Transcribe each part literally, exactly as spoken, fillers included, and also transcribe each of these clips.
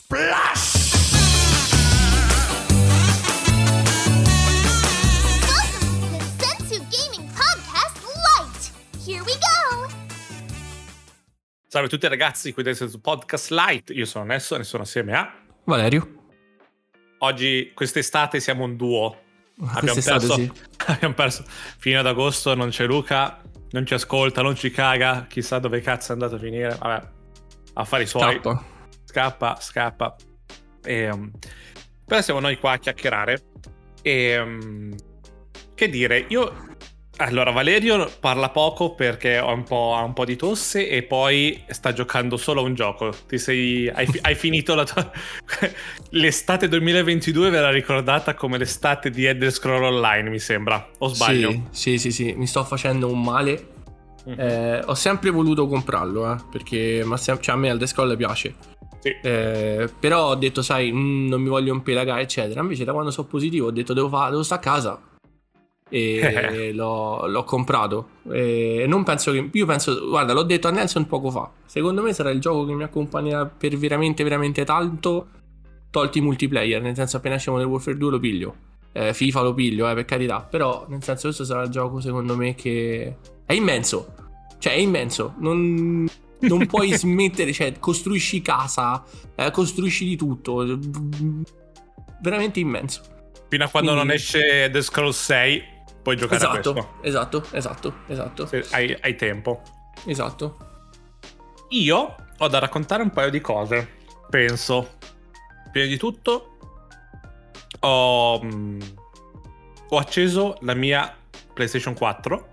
Splash! Welcome to the Sensu Gaming Podcast Lite. Here we go! Salve a tutti ragazzi, qui del Sensu Podcast Lite. Io sono Nesso e ne sono assieme a Valerio. Oggi, quest'estate, siamo un duo. Abbiamo Quest'estate, perso, sì. abbiamo perso fino ad agosto, non c'è Luca, non ci ascolta, non ci caga, chissà dove cazzo è andato a finire. Vabbè, affari suoi. Scappa. Scappa, scappa. E, um, però siamo noi qua a chiacchierare. E um, che dire, io allora Valerio parla poco perché ho un po', ha un po' di tosse e poi sta giocando solo a un gioco. Ti sei hai, hai finito la tua l'estate duemilaventidue verrà ricordata come l'estate di Elder Scrolls Online, mi sembra, o sbaglio? Sì, sì, sì, sì. Mi sto facendo un male. Mm-hmm. Eh, ho sempre voluto comprarlo, eh, perché ma sem- cioè, a me Elder Scrolls piace. Sì. Eh, però ho detto, sai, mm, non mi voglio impelagare, eccetera. Invece da quando sono positivo ho detto devo, fa- devo stare a casa e l'ho, l'ho comprato. E non penso che io penso, guarda, l'ho detto a Nelson poco fa. Secondo me sarà il gioco che mi accompagnerà per veramente, veramente tanto. Tolti i multiplayer, nel senso, appena esce Modern Warfare due lo piglio. Eh, FIFA lo piglio, eh, per carità. Però, nel senso, questo sarà il gioco, secondo me, che è immenso. Cioè, è immenso. Non, non puoi smettere. Cioè, costruisci casa, eh, costruisci di tutto. Veramente immenso. Fino a quando Quindi- non esce The Scrolls sei puoi giocare a Esatto, questo. esatto, esatto, esatto, Se hai, hai tempo. esatto. Io ho da raccontare un paio di cose, penso. Prima di tutto ho, mm, ho acceso la mia PlayStation quattro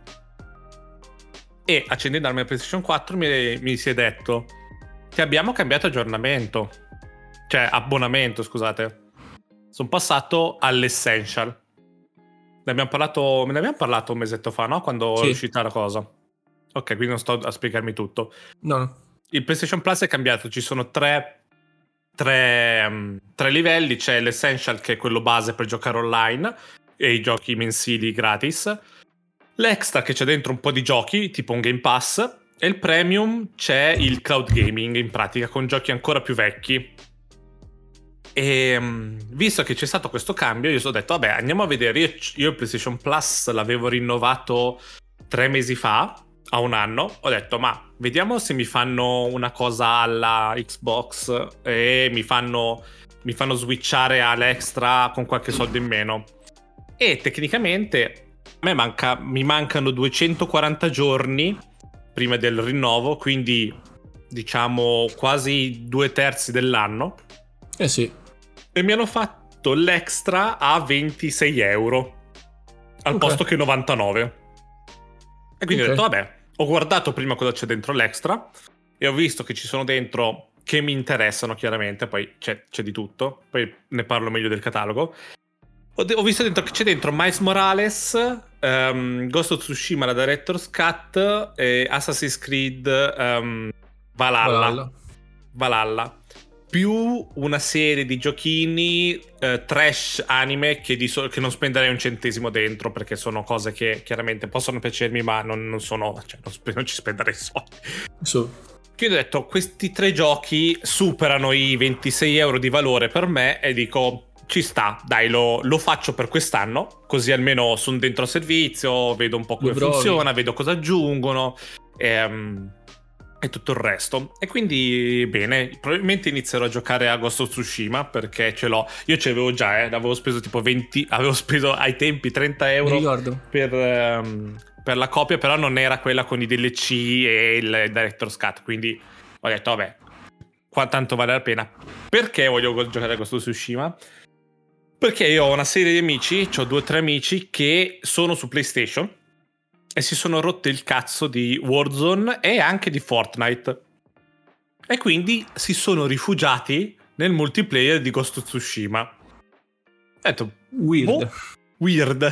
e accendendo la mia PlayStation quattro mi, mi si è detto che abbiamo cambiato aggiornamento, cioè abbonamento, scusate. Sono passato all'Essential. Ne abbiamo parlato, me ne abbiamo parlato un mesetto fa, no? Quando Sì. è uscita la cosa. Ok, quindi non sto a spiegarmi tutto. No, no. Il PlayStation Plus è cambiato, ci sono tre, tre, um, tre livelli, c'è l'Essential che è quello base per giocare online e i giochi mensili gratis, l'Extra che c'è dentro un po' di giochi tipo un Game Pass e il Premium c'è il Cloud Gaming in pratica con giochi ancora più vecchi. E um, visto che c'è stato questo cambio io ho detto vabbè andiamo a vedere, io, io il PlayStation Plus l'avevo rinnovato tre mesi fa a un anno, ho detto ma vediamo se mi fanno una cosa alla Xbox e mi fanno mi fanno switchare all'Extra con qualche soldo in meno. E tecnicamente a me manca, mi mancano duecentoquaranta giorni prima del rinnovo, quindi diciamo quasi due terzi dell'anno, Eh sì. e mi hanno fatto l'Extra a ventisei euro al Ok. posto che novantanove. E quindi Ok. ho detto vabbè, ho guardato prima cosa c'è dentro l'Extra e ho visto che ci sono dentro che mi interessano chiaramente, poi c'è, c'è di tutto, poi ne parlo meglio del catalogo. Ho, de- ho visto dentro che c'è dentro Miles Morales, um, Ghost of Tsushima, la Director's Cut e Assassin's Creed um, Valhalla. Valhalla. Valhalla. Più una serie di giochini eh, trash anime che, di so- che non spenderei un centesimo dentro perché sono cose che chiaramente possono piacermi ma non, non sono, cioè non, sp- non ci spenderei soldi. Su. Quindi ho detto questi tre giochi superano i ventisei euro di valore per me e dico ci sta, dai lo, lo faccio per quest'anno così almeno sono dentro al servizio, vedo un po' come Lo provi. funziona, vedo cosa aggiungono e, e tutto il resto. E quindi bene, probabilmente inizierò a giocare a Ghost of Tsushima perché ce l'ho, io ce l'avevo già, eh, avevo speso tipo venti, avevo speso ai tempi trenta Mi euro ricordo. per, ehm, per la copia, però non era quella con i D L C e il Director's Cut, quindi ho detto vabbè, qua tanto vale la pena. Perché voglio go- giocare a Ghost of Tsushima? Perché io ho una serie di amici, ho due o tre amici che sono su PlayStation e si sono rotte il cazzo di Warzone e anche di Fortnite e quindi si sono rifugiati nel multiplayer di Ghost of Tsushima. Ho detto Weird. boh, weird.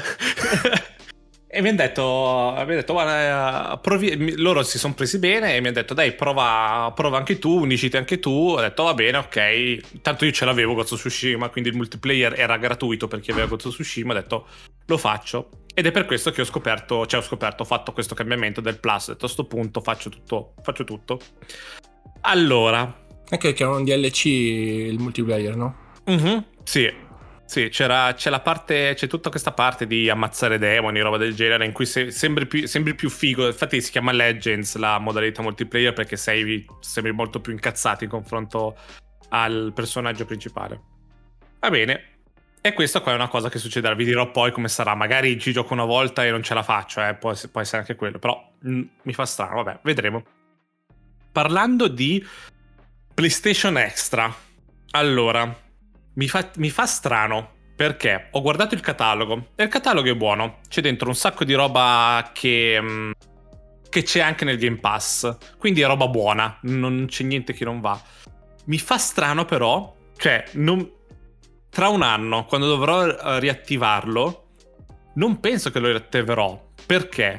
E mi hanno detto, mi hanno detto guarda, provi, loro si sono presi bene e mi hanno detto dai prova, prova anche tu, unisciti anche tu. Ho detto va bene, ok, tanto io ce l'avevo Ghost of Tsushima, quindi il multiplayer era gratuito perché aveva Ghost of Tsushima. Ho detto lo faccio ed è per questo che ho scoperto, cioè ho scoperto, ho fatto questo cambiamento del Plus. Ho detto a sto punto faccio tutto, faccio tutto. Allora, Anche perché è un D L C il multiplayer, no? Mm-hmm. Sì. Sì, c'era, c'è la parte, c'è tutta questa parte di ammazzare demoni, roba del genere, in cui se, sembri, più, sembri più figo. Infatti si chiama Legends la modalità multiplayer, perché sei, sembri molto più incazzato in confronto al personaggio principale. Va bene. E questa qua è una cosa che succederà. Vi dirò poi come sarà. Magari ci gioco una volta e non ce la faccio, eh. Può, può essere anche quello. Però mh, mi fa strano, vabbè, vedremo. Parlando di PlayStation Extra, allora... Mi fa, mi fa strano perché ho guardato il catalogo e il catalogo è buono. C'è dentro un sacco di roba che, mh, che c'è anche nel Game Pass. Quindi è roba buona, non c'è niente che non va. Mi fa strano però, cioè, non, tra un anno, quando dovrò uh, riattivarlo, non penso che lo riattiverò. Perché?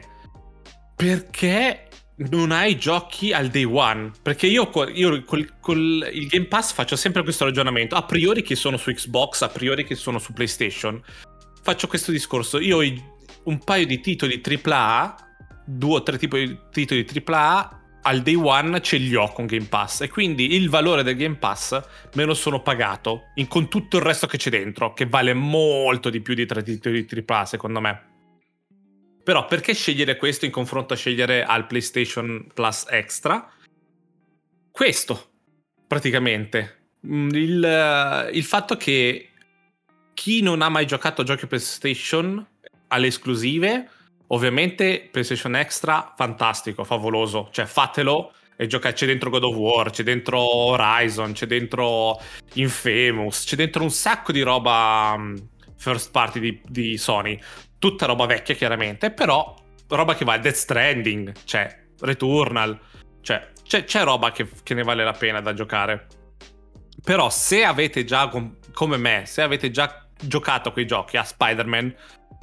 Perché... non hai giochi al day one. Perché io, io col, col il Game Pass faccio sempre questo ragionamento. A priori che sono su Xbox, a priori che sono su PlayStation, faccio questo discorso. Io ho un paio di titoli tripla A, due o tre tipi di titoli tripla A al day one ce li ho con Game Pass. E quindi il valore del Game Pass me lo sono pagato in, con tutto il resto che c'è dentro, che vale molto di più di tre titoli tripla A secondo me. Però perché scegliere questo in confronto a scegliere al PlayStation Plus Extra? Questo, praticamente. Il, il fatto che chi non ha mai giocato a giochi PlayStation alle esclusive, ovviamente PlayStation Extra, fantastico, favoloso. Cioè fatelo e giocate. C'è dentro God of War, c'è dentro Horizon, c'è dentro Infamous, c'è dentro un sacco di roba first party di, di Sony. Tutta roba vecchia chiaramente, però roba che va, Death Stranding, cioè Returnal, cioè c'è, c'è roba che, che ne vale la pena da giocare. Però se avete già, come me, se avete già giocato quei giochi a Spider-Man,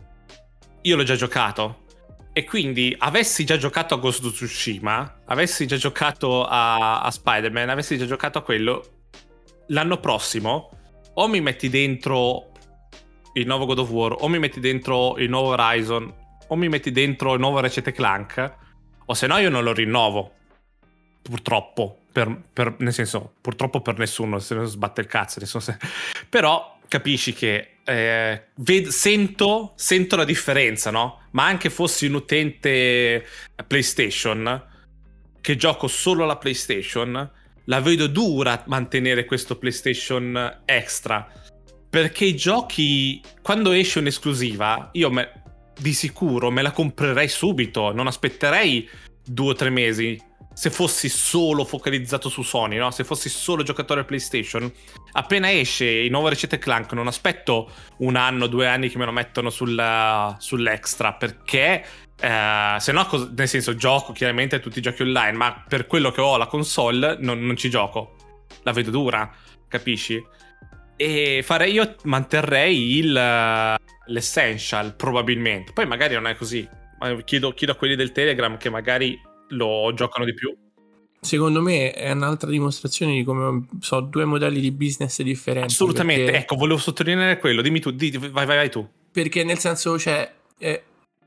io l'ho già giocato, e quindi avessi già giocato a Ghost of Tsushima, avessi già giocato a, a Spider-Man, avessi già giocato a quello, l'anno prossimo o mi metti dentro il nuovo God of War, o mi metti dentro il nuovo Horizon, o mi metti dentro il nuovo Ratchet and Clank, o se no io non lo rinnovo, purtroppo, per, per, nel senso, purtroppo per nessuno, se non sbatte il cazzo, nessuno se... però capisci che eh, ved- sento, sento la differenza, no? Ma anche fossi un utente PlayStation, che gioco solo alla PlayStation, la vedo dura mantenere questo PlayStation Extra. Perché i giochi, quando esce un'esclusiva, io me, di sicuro me la comprerei subito, non aspetterei due o tre mesi. Se fossi solo focalizzato su Sony, no? Se fossi solo giocatore PlayStation, appena esce il nuovo Ratchet and Clank non aspetto un anno, due anni che me lo mettono sul, sull'extra, perché eh, se no, cos- nel senso, gioco chiaramente tutti i giochi online, ma per quello che ho la console non, non ci gioco. La vedo dura, capisci? E farei, io manterrei il l'essential probabilmente. Poi magari non è così. Chiedo, chiedo a quelli del Telegram che magari lo giocano di più. Secondo me è un'altra dimostrazione di come so due modelli di business differenti. Assolutamente, perché, ecco, volevo sottolineare quello. Dimmi tu, di, vai, vai, vai tu. Perché nel senso, cioè, eh,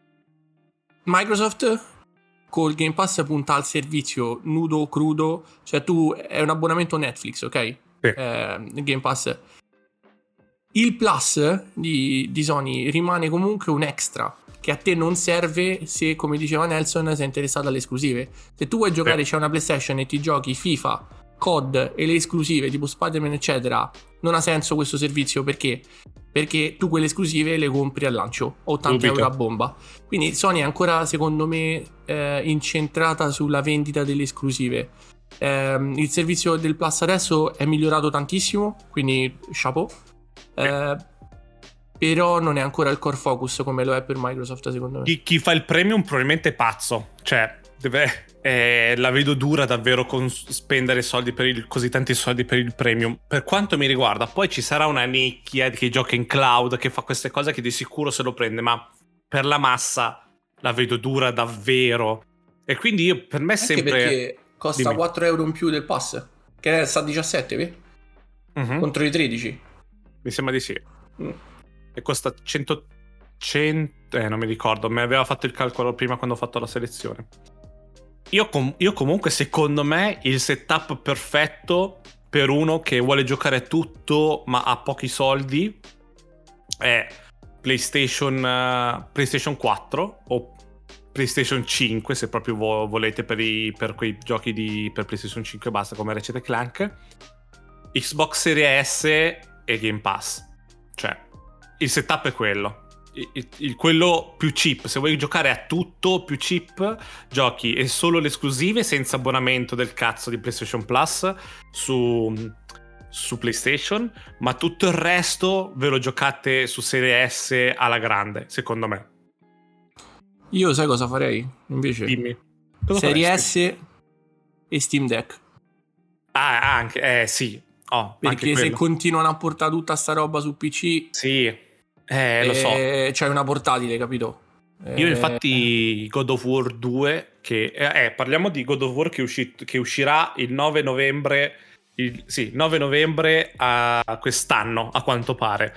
Microsoft col Game Pass punta al servizio nudo, crudo. Cioè tu, è un abbonamento Netflix, ok? Sì. Eh, Game Pass. Il Plus di, di Sony rimane comunque un extra che a te non serve se, come diceva Nelson, sei interessato alle esclusive. Se tu vuoi giocare, c'è una PlayStation e ti giochi FIFA, C O D e le esclusive tipo Spider-Man eccetera, non ha senso questo servizio. Perché? Perché tu quelle esclusive le compri al lancio, ottanta euro a bomba. Quindi Sony è ancora, secondo me, eh, incentrata sulla vendita delle esclusive. Eh, il servizio del Plus adesso è migliorato tantissimo, quindi chapeau. Eh, però non è ancora il core focus come lo è per Microsoft, secondo me. Chi, chi fa il premium probabilmente è pazzo, cioè deve, eh, la vedo dura davvero con spendere soldi per il, così tanti soldi per il premium. Per quanto mi riguarda, poi ci sarà una nicchia che gioca in cloud, che fa queste cose, che di sicuro se lo prende, ma per la massa la vedo dura davvero. E quindi io, per me è Anche sempre... perché costa Dimmi. quattro euro in più del pass, che sta a diciassette, vedi? Uh-huh. Contro i tredici. Mi sembra di sì. Mm. E costa cento, cento... Eh, non mi ricordo. Mi aveva fatto il calcolo prima quando ho fatto la selezione. io, com- io comunque secondo me il setup perfetto per uno che vuole giocare a tutto ma ha pochi soldi è PlayStation, uh, PlayStation quattro o PlayStation cinque, se proprio vo- volete per, i, per quei giochi di, per PlayStation cinque basta, come Ratchet and Clank, Xbox Series S e Game Pass. Cioè, il setup è quello. Il, il, il- quello più cheap. Se vuoi giocare a tutto più cheap, giochi e solo le esclusive senza abbonamento del cazzo di PlayStation Plus su, su PlayStation, ma tutto il resto ve lo giocate su Serie S alla grande, secondo me. Io sai cosa farei? Invece Dimmi. Cosa Serie faresti? S e Steam Deck. Ah, anche, eh sì. Oh, anche Perché se quello. continuano a portare tutta sta roba su P C, Sì, eh, lo so. eh, c'hai una portatile, capito? Io Eh, infatti God of War due, che eh, eh, parliamo di God of War che, usci- che uscirà il nove novembre, il, sì, nove novembre a quest'anno, a quanto pare.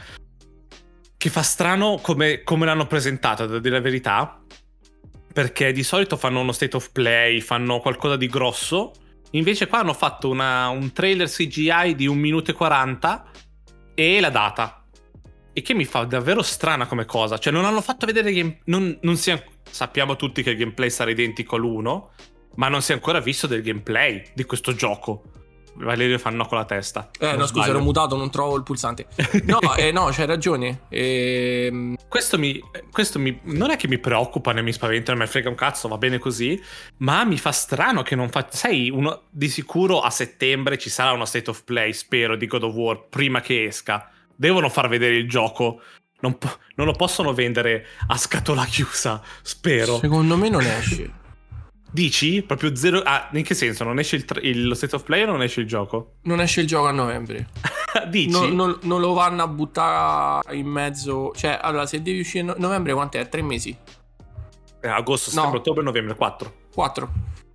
Che fa strano come, come l'hanno presentato, a dire la verità, perché di solito fanno uno state of play, fanno qualcosa di grosso. Invece qua hanno fatto una- un trailer C G I di un minuto e quaranta e la data. E che mi fa davvero strana come cosa. Cioè non hanno fatto vedere game... non, non si è- sappiamo tutti che il gameplay sarà identico all'uno, ma non si è ancora visto del gameplay di questo gioco. Valerio fa no con la testa. Eh, Non no, scusa, sbaglio. ero mutato, non trovo il pulsante. No, eh, no, c'hai ragione. Ehm, Questo mi, questo mi non è che mi preoccupa né mi spaventa, non mi frega un cazzo, va bene così, ma mi fa strano che non fa... Sai, uno, di sicuro a settembre ci sarà uno state of play, spero, di God of War prima che esca. Devono far vedere il gioco, non, po- non lo possono vendere a scatola chiusa, spero. Secondo me non esce. Dici? Proprio zero... Ah, in che senso? Non esce il, tra- il- lo state of play o non esce il gioco? Non esce il gioco a novembre. Dici? No- non, non lo vanno a buttare in mezzo. Cioè, allora, se devi uscire a no- novembre, quant'è? Tre mesi? Eh, agosto, No. settembre, ottobre, novembre, quattro. Quattro.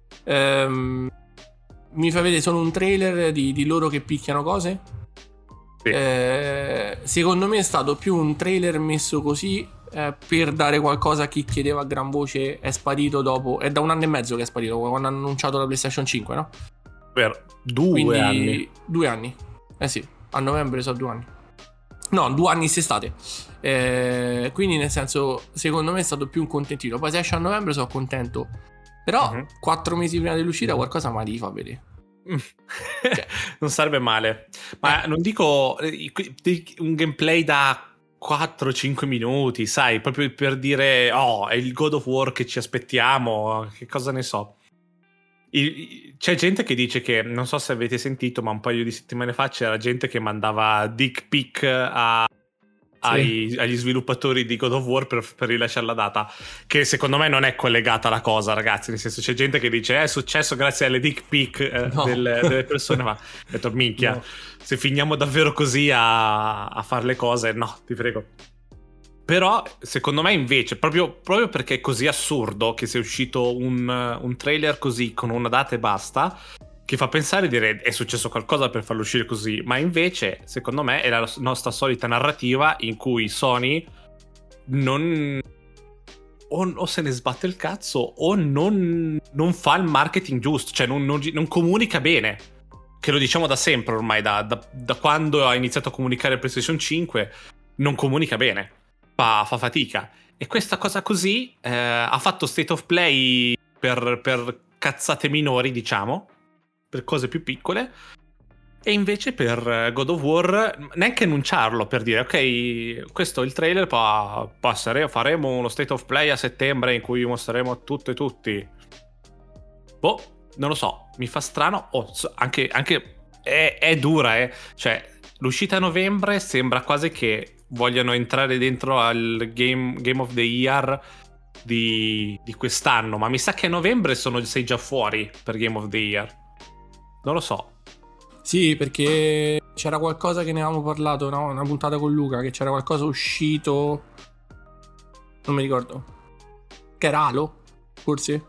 Ehm, mi fa vedere solo un trailer di, di loro che picchiano cose. Sì. Eh, secondo me è stato più un trailer messo così eh, per dare qualcosa a chi chiedeva a gran voce. È sparito dopo. È da un anno e mezzo che è sparito, quando hanno annunciato la PlayStation cinque, no? Per due Quindi anni. due anni. Eh sì, a novembre sono due anni. No, due anni quest'estate. Eh, quindi nel senso, secondo me è stato più un contentino. Poi se esce a novembre sono contento. Però Mhm. quattro mesi prima dell'uscita qualcosa mi li fa vedere. Cioè, non sarebbe male, ma non dico eh, di- un gameplay da quattro cinque minuti, sai, proprio per dire oh, è il God of War che ci aspettiamo, che cosa ne so. Il- c'è gente che dice che, non so se avete sentito, ma un paio di settimane fa c'era gente che mandava dick pic a- ai- agli sviluppatori di God of War per, per rilasciare la data, che secondo me non è collegata alla cosa, ragazzi, nel senso c'è gente che dice è successo grazie alle dick pic eh, No. delle, delle persone, ma ho detto minchia, No. se finiamo davvero così a, a fare le cose, no, ti prego. Però secondo me invece, proprio, proprio perché è così assurdo che sia uscito un, un trailer così con una data e basta, che fa pensare di dire è successo qualcosa per farlo uscire così, ma invece secondo me è la nostra solita narrativa in cui Sony non o, o se ne sbatte il cazzo o non, non fa il marketing giusto, cioè non, non, non comunica bene, che lo diciamo da sempre ormai, da, da, da quando ha iniziato a comunicare PlayStation cinque non comunica bene, fa, fa fatica, e questa cosa così eh, ha fatto state of play per, per cazzate minori, diciamo, per cose più piccole, e invece per God of War neanche annunciarlo, per dire ok, questo è il trailer, pa- passere, faremo uno state of play a settembre in cui mostreremo tutto e tutti. Boh, non lo so, mi fa strano. Oh, so- anche, anche è, è dura, eh. Cioè, l'uscita a novembre sembra quasi che vogliano entrare dentro al Game, Game of the Year di, di quest'anno, ma mi sa che a novembre sono, sei già fuori per Game of the Year. Non lo so. Sì, perché c'era qualcosa che ne avevamo parlato, no? Una puntata con Luca, che c'era qualcosa uscito. Non mi ricordo. Che era Halo, forse?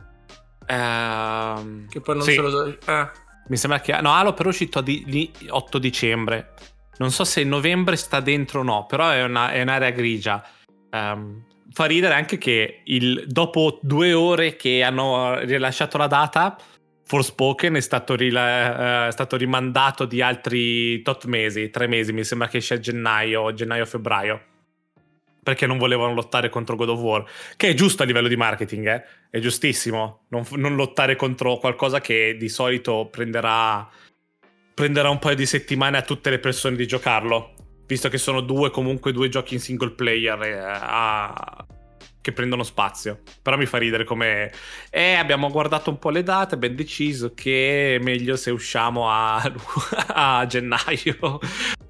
Ehm, Che poi non sì, se lo so. Eh. mi sembra che no, Halo però è uscito di, di otto dicembre. Non so se novembre sta dentro o no, però è, una, è un'area grigia. Ehm, fa ridere anche che il, dopo due ore che hanno rilasciato la data, Forspoken è stato, rila- è stato rimandato di altri tot mesi, tre mesi, mi sembra che esce a gennaio, gennaio-febbraio, perché non volevano lottare contro God of War, che è giusto a livello di marketing, eh? È giustissimo non, non lottare contro qualcosa che di solito prenderà, prenderà un paio di settimane a tutte le persone di giocarlo, visto che sono due comunque due giochi in single player eh, a... che prendono spazio. Però mi fa ridere come eh, abbiamo guardato un po' le date, abbiamo deciso che è meglio se usciamo a, a gennaio.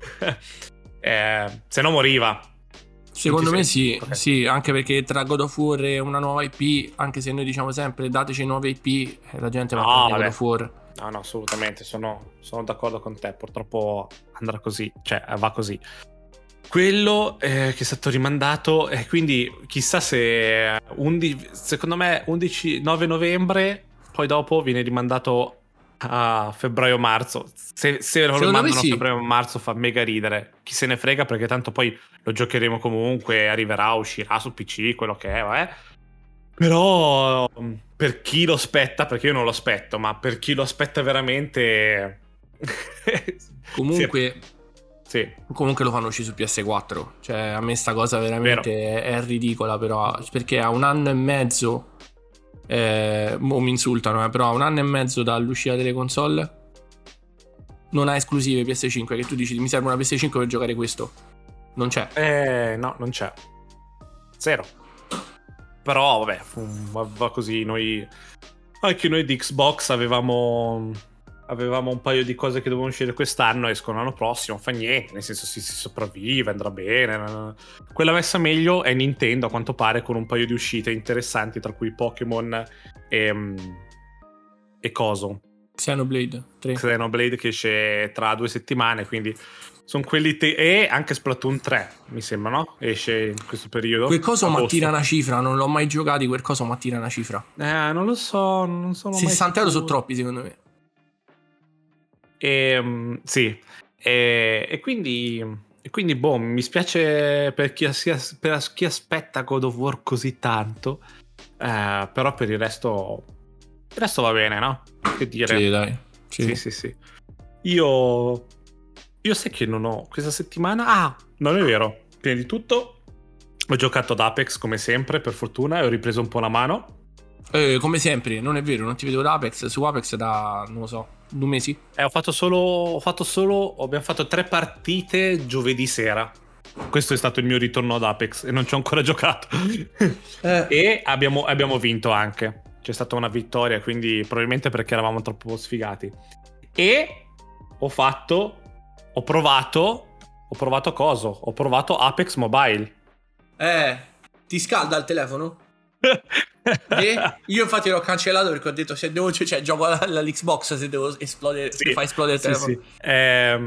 eh, se no moriva. Secondo me sì, okay. Sì, anche perché tra God of War e una nuova I P, anche se noi diciamo sempre dateci nuove I P, la gente va no, a prendere God of War. No, no, assolutamente, sono, sono d'accordo con te, purtroppo andrà così, cioè va così. Quello eh, che è stato rimandato, e eh, quindi chissà se undici, secondo me undici nove novembre, poi dopo viene rimandato a febbraio-marzo. Se, se lo rimandano sì. a febbraio-marzo fa mega ridere. Chi se ne frega, perché tanto poi lo giocheremo comunque, arriverà, uscirà su P C, quello che è, vabbè. Però per chi lo aspetta, perché io non lo aspetto, ma per chi lo aspetta veramente... Comunque... Sì. Comunque lo fanno uscire su P S quattro. Cioè a me sta cosa veramente è, è ridicola, però, perché a un anno e mezzo eh, mo mi insultano eh, però a un anno e mezzo dall'uscita delle console non ha esclusive P S cinque, che tu dici mi serve una P S cinque per giocare questo. Non c'è. Eh no, non c'è. Zero. Però vabbè, va, va così. Noi anche noi di Xbox avevamo avevamo un paio di cose che dovevano uscire quest'anno, escono l'anno prossimo, fa niente, nel senso si, si sopravvive, andrà bene. Quella messa meglio è Nintendo, a quanto pare, con un paio di uscite interessanti, tra cui Pokémon e e coso Xenoblade tre. Xenoblade che esce tra due settimane, quindi sono quelli te- e anche Splatoon tre, mi sembra, no? Esce in questo periodo. Quel coso mi attira una cifra, non l'ho mai giocato, quel coso mi attira una cifra. Eh, non lo so, non sono sessanta euro sono troppi secondo me. E, um, sì, e, e quindi e quindi boh, mi spiace per chi, per chi aspetta God of War così tanto, eh, però per il resto il resto va bene, no? Che dire? Sì, dai. Sì, sì, sì, sì. Io io sai che non ho questa settimana. Ah, non è vero. Prima di tutto ho giocato ad Apex come sempre, per fortuna, e ho ripreso un po' la mano. Eh, come sempre, non è vero, non ti vedo da Apex, su Apex da, non lo so, due mesi. Eh, ho fatto solo, ho fatto solo, abbiamo fatto tre partite giovedì sera. Questo è stato il mio ritorno ad Apex e non ci ho ancora giocato. Eh. E abbiamo, abbiamo vinto anche. C'è stata una vittoria, quindi probabilmente perché eravamo troppo sfigati. E ho fatto, ho provato, ho provato coso? Ho provato Apex Mobile. Eh, ti scalda il telefono? E io infatti l'ho cancellato perché ho detto se devo, cioè gioco all'Xbox se devo esplodere, sì, se fa esplodere il telefono. Sì, sì. È,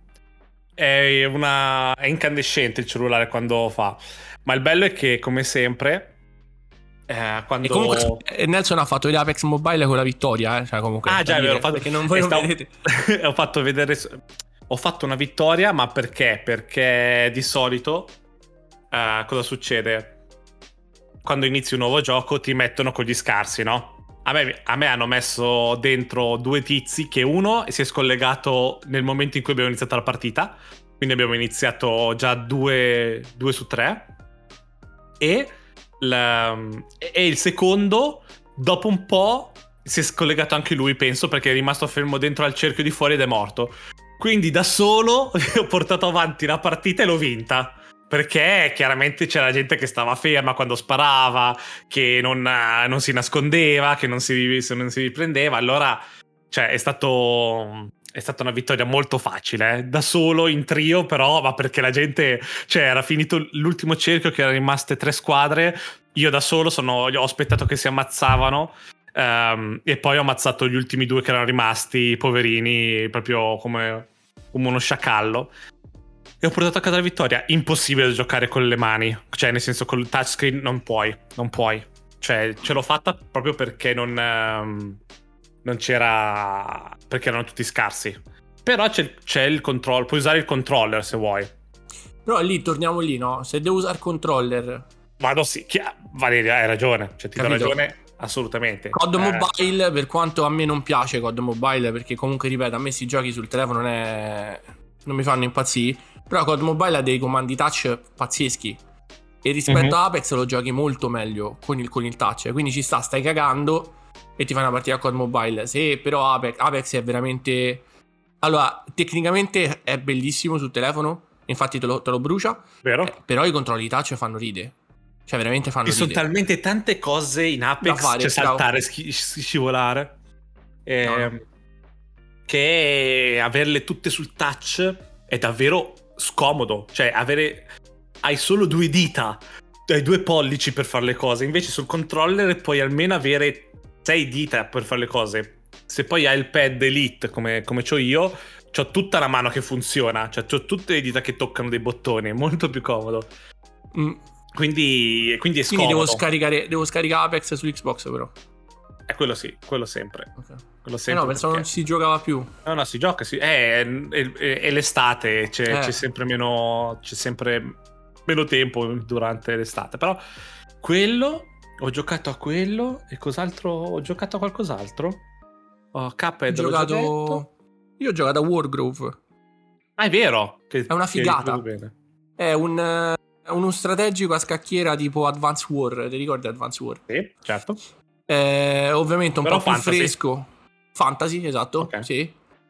è una è incandescente il cellulare quando fa, ma il bello è che come sempre eh, quando e comunque Nelson ha fatto Apex Mobile con la vittoria, eh? Cioè comunque ah già, vero, fatto, perché non voi non stavo, vedete. ho fatto vedere ho fatto una vittoria, ma perché? Perché di solito eh, cosa succede? Quando inizi un nuovo gioco ti mettono con gli scarsi, no? A me, a me hanno messo dentro due tizi che uno si è scollegato nel momento in cui abbiamo iniziato la partita, quindi abbiamo iniziato già due, due su tre, e, la, e il secondo dopo un po' si è scollegato anche lui, penso, perché è rimasto fermo dentro al cerchio di fuori ed è morto. Quindi da solo ho portato avanti la partita e l'ho vinta. Perché chiaramente c'era gente che stava ferma quando sparava, che non, non si nascondeva, che non si, non si riprendeva. Allora, cioè, è stato è stata una vittoria molto facile, eh? Da solo in trio, però, ma perché la gente, cioè, era finito l'ultimo cerchio, che erano rimaste tre squadre. Io da solo sono, ho aspettato che si ammazzavano, um, e poi ho ammazzato gli ultimi due che erano rimasti, poverini, proprio come, come uno sciacallo. E ho portato a casa la vittoria. Impossibile giocare con le mani, cioè nel senso col touchscreen non puoi, non puoi. Cioè ce l'ho fatta proprio perché non, um, non c'era, perché erano tutti scarsi. Però c'è, c'è il controllo, puoi usare il controller se vuoi. Però lì torniamo lì, no? Se devo usare il controller Vado sì, chi- Valeria, hai ragione, cioè ti do Capito? ragione assolutamente. C O D Eh, Mobile, per quanto a me non piace C O D Mobile, perché comunque ripeto, a me si giochi sul telefono non è... non mi fanno impazzire, però C O D Mobile ha dei comandi touch pazzeschi e rispetto Mhm. a Apex lo giochi molto meglio con il, con il touch, quindi ci sta, stai cagando e ti fai una partita a C O D Mobile. Se però Apex, Apex è veramente... Allora, tecnicamente è bellissimo sul telefono, infatti te lo, te lo brucia, Vero? eh, però i controlli touch fanno ride, cioè veramente fanno Ci sono ride. talmente tante cose in Da Apex, fare, c'è bravo. saltare, schi- scivolare, ehm, No, no. che averle tutte sul touch è davvero scomodo. Cioè, avere... hai solo due dita, hai due pollici per fare le cose, invece sul controller puoi almeno avere sei dita per fare le cose. Se poi hai il pad Elite, come, come c'ho io, c'ho tutta la mano che funziona, cioè c'ho tutte le dita che toccano dei bottoni, è molto più comodo. Mm. Quindi, quindi è Quindi scomodo. devo scaricare, devo scaricare Apex su Xbox però. È quello sì, quello sempre. Ok. Quello Eh sempre no, pensavo perché- non si giocava più. No, no, si gioca, sì. È, è- è- è l'estate, c'è, Eh. c'è sempre meno, c'è sempre meno tempo durante l'estate. Però quello, ho giocato a quello e cos'altro? Ho giocato a qualcos'altro? Oh, Ho Cuphead, l'ho già detto. giocato... Io ho giocato a Wargrove. Ah, è vero. Che, È una che figata. ricordo bene. È un... eh, è uno strategico a scacchiera tipo Advance War. Ti ricordi Advance War? Sì, certo. Eh, ovviamente un Però po' più fantasy. fresco. Fantasy, esatto. Ok. Sì.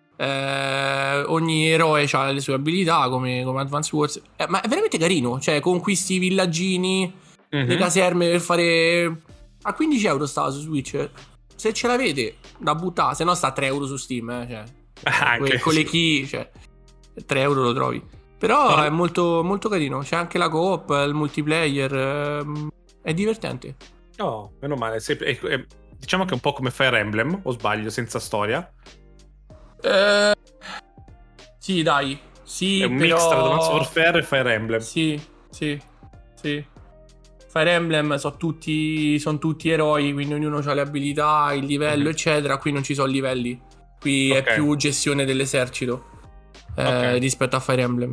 Eh, ogni eroe ha le sue abilità come, come Advance Wars. Eh, ma è veramente carino. Cioè, conquisti i villaggini, Mhm. le caserme per fare. A quindici euro stava su Switch. Se ce l'avete, da buttare. Se no, sta a tre euro su Steam. Eh, cioè, Anche, que- con sì. le key, cioè, tre euro lo trovi. Però No. è molto, molto carino. C'è anche la co-op, il multiplayer. ehm, È divertente. No, meno male. Se- è- è- diciamo che è un po' come Fire Emblem, o sbaglio, senza storia. Eh, sì, dai. Sì, È un però... mix tra Advanced Warfare e Fire Emblem. Sì, sì, sì. Fire Emblem sono tutti, son tutti eroi, quindi ognuno ha le abilità, il livello, Mhm. eccetera. Qui non ci sono livelli. Qui Ok. è più gestione dell'esercito eh, Ok. rispetto a Fire Emblem.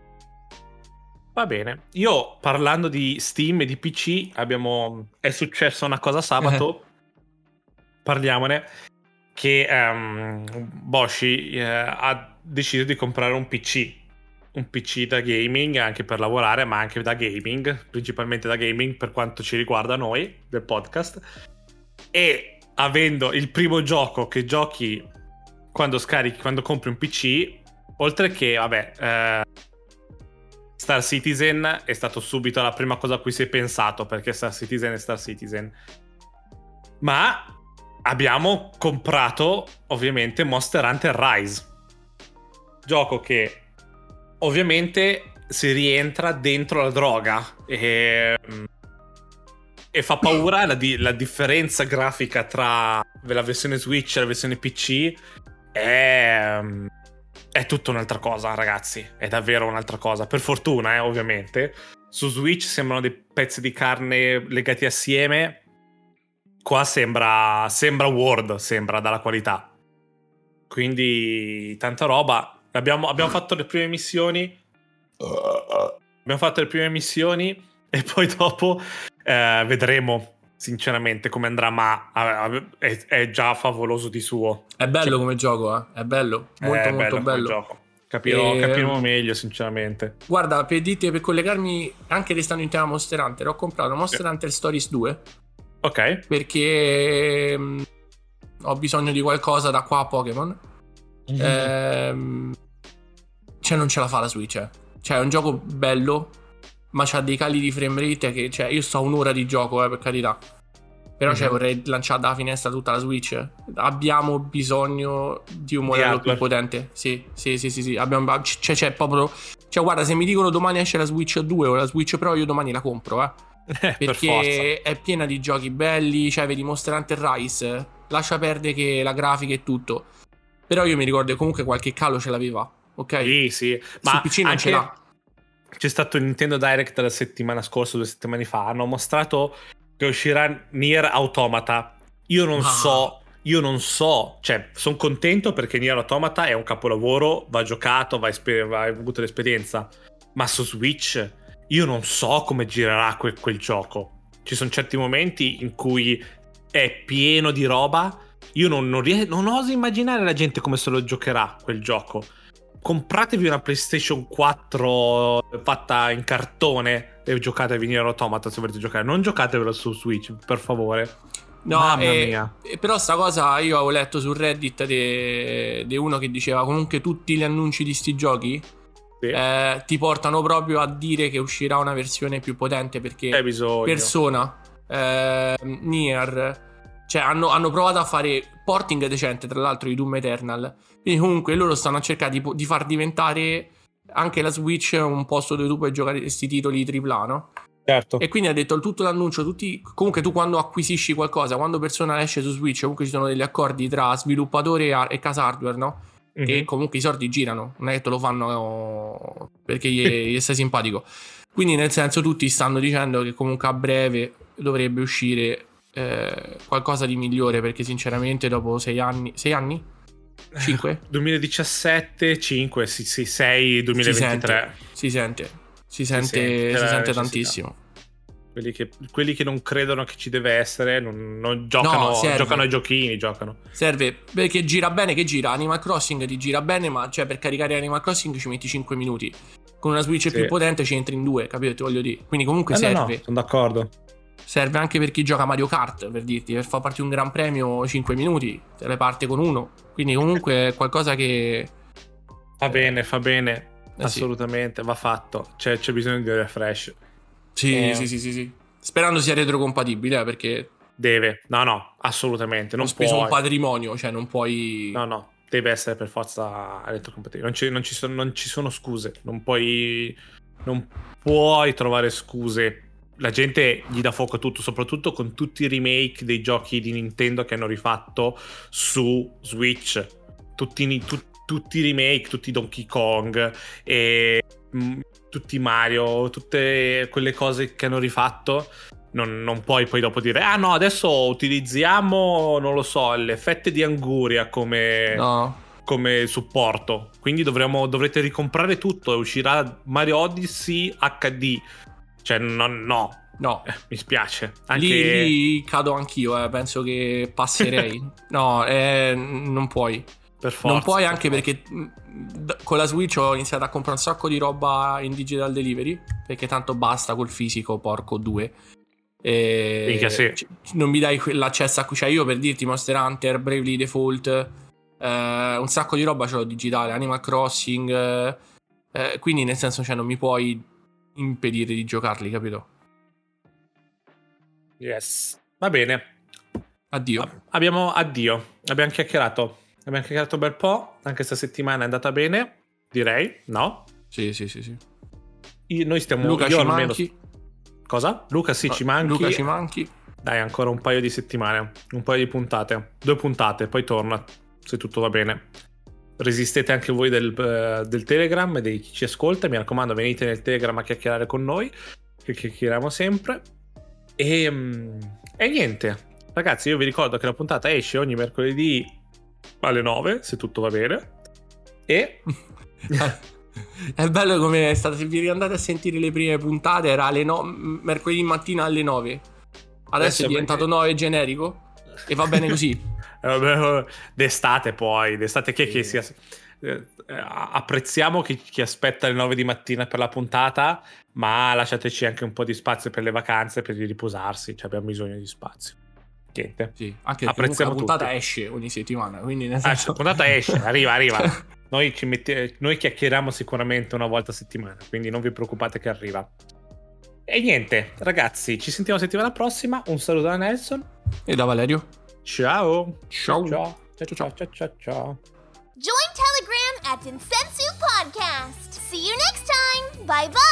Va bene. Io parlando di Steam e di P C, abbiamo... è successa una cosa sabato. Parliamone. Che ehm, Boshi eh, ha deciso di comprare un P C. Un P C da gaming, anche per lavorare, ma anche da gaming, principalmente da gaming per quanto ci riguarda noi del podcast. E avendo il primo gioco che giochi quando scarichi, quando compri un P C, oltre che, vabbè, eh, Star Citizen è stato subito la prima cosa a cui si è pensato, perché Star Citizen è Star Citizen. Ma abbiamo comprato ovviamente Monster Hunter Rise, gioco che ovviamente si rientra dentro la droga e, e fa paura la, di- la differenza grafica tra la versione Switch e la versione P C è, è tutta un'altra cosa, ragazzi, è davvero un'altra cosa, per fortuna, eh, ovviamente. Su Switch sembrano dei pezzi di carne legati assieme. Qua sembra sembra Word, sembra dalla qualità. Quindi tanta roba. Abbiamo, abbiamo fatto le prime missioni. Abbiamo fatto le prime missioni e poi dopo eh, vedremo sinceramente come andrà, ma eh, è, è già favoloso di suo. È bello Cioè, come gioco, eh? È bello, molto è molto come bello. gioco. Capirò, E- capiremo meglio sinceramente. Guarda, per dirti, per collegarmi anche restando in tema Monster Hunter, ho comprato Monster Sì. Hunter Stories due Ok. perché mm, ho bisogno di qualcosa da qua a Pokémon. Mm-hmm. Ehm, cioè non ce la fa la Switch, eh. Cioè è un gioco bello, ma c'ha dei cali di frame rate che, cioè, io sto a un'ora di gioco, eh, per carità. Però cioè, Mhm. vorrei lanciare dalla finestra tutta la Switch. Abbiamo bisogno di un Di modello più hardware. potente. Sì, sì, sì, sì, sì. Abbiamo, cioè, c'è proprio... Cioè, guarda, se mi dicono domani esce la Switch due o la Switch Pro, io domani la compro, eh. Eh, per forza. Perché è piena di giochi belli. Cioè, vedi Monster Hunter Rise, lascia perdere che la grafica e tutto. Però io mi ricordo che comunque qualche calo ce l'aveva, ok? Sì, sì. Su Ma P C non ce anche- l'ha. C'è stato il Nintendo Direct la settimana scorsa, due settimane fa. Hanno mostrato che uscirà Nier Automata. Io non Ah. so, io non so, cioè, sono contento perché Nier Automata è un capolavoro, va giocato, va, esper- va avuto l'esperienza. Ma su Switch io non so come girerà que- quel gioco. Ci sono certi momenti in cui è pieno di roba. Io non, non, ries- non oso immaginare la gente come se lo giocherà quel gioco. Compratevi una PlayStation quattro fatta in cartone e giocatevi Nier Automata se volete giocare. Non giocatevelo su Switch, per favore. No, Mamma e, mia. e però sta cosa io avevo letto su Reddit di de uno che diceva comunque tutti gli annunci di sti giochi Sì. eh, ti portano proprio a dire che uscirà una versione più potente, perché C'è bisogno. Persona, eh, Nier, cioè hanno, hanno provato a fare porting decente tra l'altro di Doom Eternal, quindi comunque loro stanno cercando di, di far diventare anche la Switch un posto dove tu puoi giocare questi titoli tripla A, no? Certo. E quindi ha detto tutto l'annuncio, tutti, comunque tu quando acquisisci qualcosa, quando Persona esce su Switch, comunque ci sono degli accordi tra sviluppatore e, e casa hardware, no? Mhm. Che comunque i soldi girano, non è che te lo fanno perché gli, gli stai simpatico. Quindi nel senso tutti stanno dicendo che comunque a breve dovrebbe uscire eh, qualcosa di migliore, perché sinceramente dopo sei anni, sei anni? cinque? duemiladiciassette, cinque, sì, sì, sei, duemilaventitré. Si sente, si sente, si sente, sente, c'è si la sente necessità. tantissimo. Quelli che, quelli che non credono che ci deve essere non, non giocano, No, serve. giocano ai giochini, giocano. Serve perché gira bene, che gira Animal Crossing ti gira bene, ma cioè per caricare Animal Crossing ci metti cinque minuti. Con una Switch Sì. più potente ci entri in due, capito? Ti voglio dire. Quindi comunque Eh, no, serve. no, sono d'accordo. Serve anche per chi gioca Mario Kart, per dirti, per far partire un Gran Premio cinque minuti, te le parte con uno. Quindi comunque è qualcosa che Fa bene, fa bene. Eh sì. Assolutamente, va fatto. C'è, c'è bisogno di refresh. Sì, Eh. sì, sì, sì, sì. Sperando sia retrocompatibile, eh, perché Deve. No, no, assolutamente. Non ho speso puoi. un patrimonio, cioè non puoi. No, no, deve essere per forza elettrocompatibile. Non ci, non ci sono, non ci sono scuse. Non puoi, non puoi trovare scuse. La gente gli dà fuoco a tutto, soprattutto con tutti i remake dei giochi di Nintendo che hanno rifatto su Switch. Tutti, tu, tutti i remake, tutti i Donkey Kong, e, mh, tutti i Mario, tutte quelle cose che hanno rifatto. Non, non puoi poi dopo dire ah no, adesso utilizziamo, non lo so, le fette di Anguria come, No. come supporto, quindi dovremo, dovrete ricomprare tutto e uscirà Mario Odyssey acca di. Cioè no, no. No. Eh, mi spiace anche... Lì, lì cado anch'io, eh. Penso che passerei. No, eh, non puoi. per forza, Non puoi per anche forza. perché mh, con la Switch ho iniziato a comprare un sacco di roba in digital delivery, perché tanto basta col fisico, porco due. E Minchia, sì. c- non mi dai que- l'accesso a cui, cioè io per dirti Monster Hunter, Bravely Default, eh, un sacco di roba ce l'ho digitale, Animal Crossing, eh, eh, quindi nel senso, cioè non mi puoi impedire di giocarli, capito? Yes. Va bene. Addio. Abbiamo addio. Abbiamo chiacchierato. Abbiamo chiacchierato un bel po'. Anche questa settimana è andata bene. Direi, no? Sì, sì, sì, sì. Io- noi stiamo. Luca io ci almeno- manchi. Cosa? Luca sì, No, ci manchi. Luca ci manchi. Dai, ancora un paio di settimane. Un paio di puntate. Due puntate, poi torna. Se tutto va bene. Resistete anche voi del, eh, del Telegram e di chi ci ascolta. Mi raccomando, venite nel Telegram a chiacchierare con noi. Che chiacchieriamo sempre. E, mm, e niente. Ragazzi, io vi ricordo che la puntata esce ogni mercoledì alle nove, se tutto va bene. E È bello come è stato. Se vi andate a sentire le prime puntate, era alle no- mercoledì mattina alle nove. Adesso, Adesso è è diventato perché- nove generico. E va bene così. Eh, vabbè, d'estate poi, d'estate che, Sì. che sia... eh, apprezziamo chi, chi aspetta le nove di mattina per la puntata, ma lasciateci anche un po' di spazio per le vacanze, per riposarsi, cioè abbiamo bisogno di spazio. Niente. Sì, anche perché comunque Apprezziamo la puntata tutti. esce ogni settimana. Quindi nel Ah, senso... la puntata esce, arriva, arriva. Noi, ci mette- noi chiacchieriamo sicuramente una volta a settimana, quindi non vi preoccupate che arriva. E niente, ragazzi, ci sentiamo settimana prossima. Un saluto da Nelson. E da Valerio. Ciao. Ciao. Ciao, ciao, ciao, ciao, ciao, ciao. Join Telegram at Insensu Podcast. See you next time. Bye bye.